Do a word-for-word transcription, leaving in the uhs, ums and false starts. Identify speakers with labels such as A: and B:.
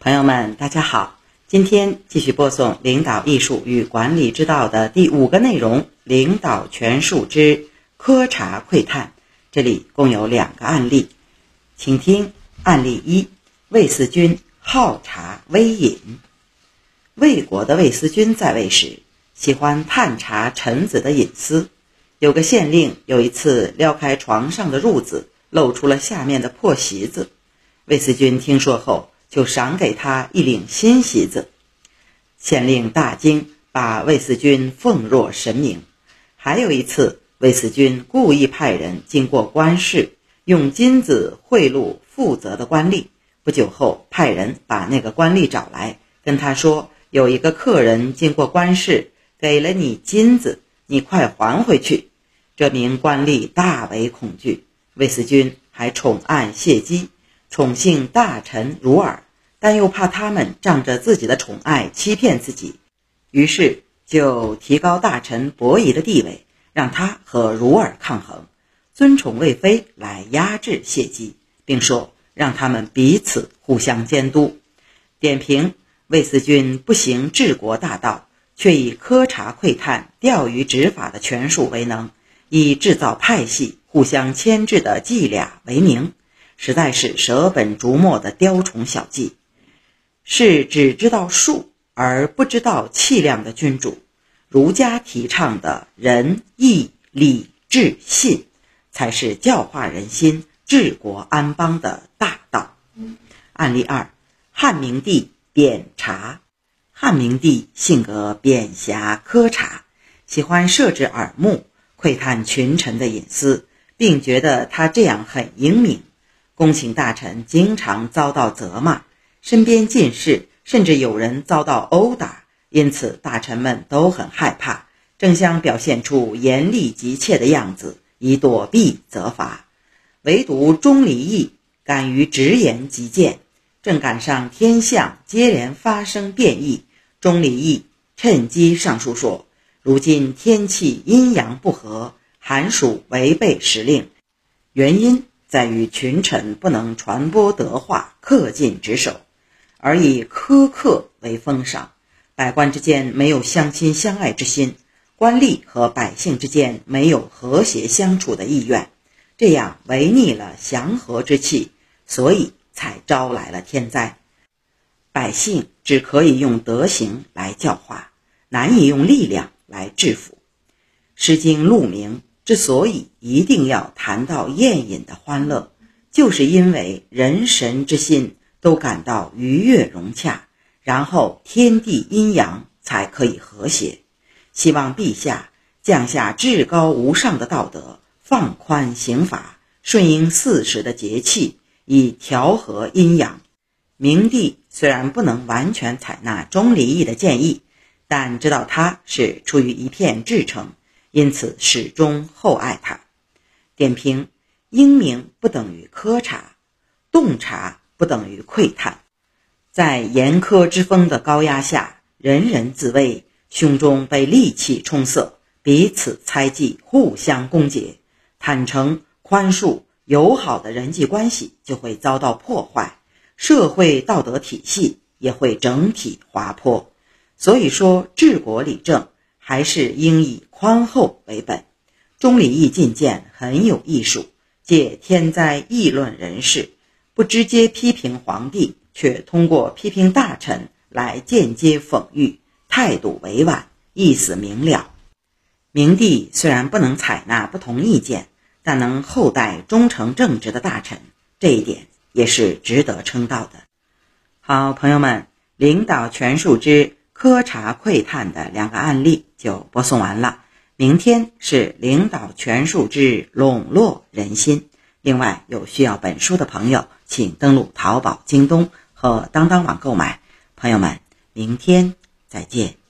A: 朋友们大家好，今天继续播送领导艺术与管理之道的第五个内容，领导权术之苛察窥探。这里共有两个案例，请听案例一，魏思君好察微隐。魏国的魏思君在位时喜欢探查臣子的隐私，有个县令有一次撩开床上的褥子，露出了下面的破席子。魏思君听说后就赏给他一领新席子。县令大惊，把魏思君奉若神明。还有一次，魏思君故意派人经过官市，用金子贿赂负责的官吏。不久后，派人把那个官吏找来，跟他说，有一个客人经过官市，给了你金子，你快还回去。这名官吏大为恐惧，魏思君还宠爱谢姬，宠幸大臣如耳，但又怕他们仗着自己的宠爱欺骗自己，于是就提高大臣伯夷的地位，让他和如耳抗衡，尊宠魏妃来压制谢姬，并说让他们彼此互相监督。点评：魏思君不行治国大道，却以苛察窥探、钓鱼执法的权术为能，以制造派系互相牵制的伎俩为名，实在是舍本逐末的雕虫小技，是只知道术而不知道气量的君主。儒家提倡的仁义礼智信，才是教化人心、治国安邦的大道。案例二，汉明帝扁察。汉明帝性格扁狭苛察，喜欢设置耳目，窥探群臣的隐私，并觉得他这样很英明。公卿大臣经常遭到责骂，身边近侍甚至有人遭到殴打，因此大臣们都很害怕，争相表现出严厉急切的样子，以躲避责罚。唯独钟离义敢于直言极谏，正赶上天象接连发生变异，钟离义趁机上书说，如今天气阴阳不和，寒暑违背时令，原因在于群臣不能传播德化，恪尽职守，而以苛刻为风尚，百官之间没有相亲相爱之心，官吏和百姓之间没有和谐相处的意愿，这样违逆了祥和之气，所以才招来了天灾。百姓只可以用德行来教化，难以用力量来制服。诗经陆明之所以一定要谈到宴饮的欢乐，就是因为人神之心都感到愉悦融洽，然后天地阴阳才可以和谐。希望陛下降下至高无上的道德，放宽刑法，顺应四时的节气，以调和阴阳。明帝虽然不能完全采纳钟离义的建议，但知道他是出于一片至诚，因此始终厚爱他。点评：英明不等于苛察，洞察不等于窥探。在严苛之风的高压下，人人自危，胸中被戾气冲塞，彼此猜忌，互相攻讦。坦诚、宽恕、友好的人际关系就会遭到破坏，社会道德体系也会整体滑坡。所以说，治国理政还是应以宽厚为本。钟离义进谏很有艺术，借天灾议论人事，不直接批评皇帝，却通过批评大臣来间接讽喻，态度委婉，意思明了。明帝虽然不能采纳不同意见，但能厚待忠诚正直的大臣，这一点也是值得称道的。好，朋友们，领导权术之苛察窥探的两个案例就播送完了。明天是领导权术之笼络人心。另外，有需要本书的朋友，请登录淘宝、京东和当当网购买。朋友们，明天再见。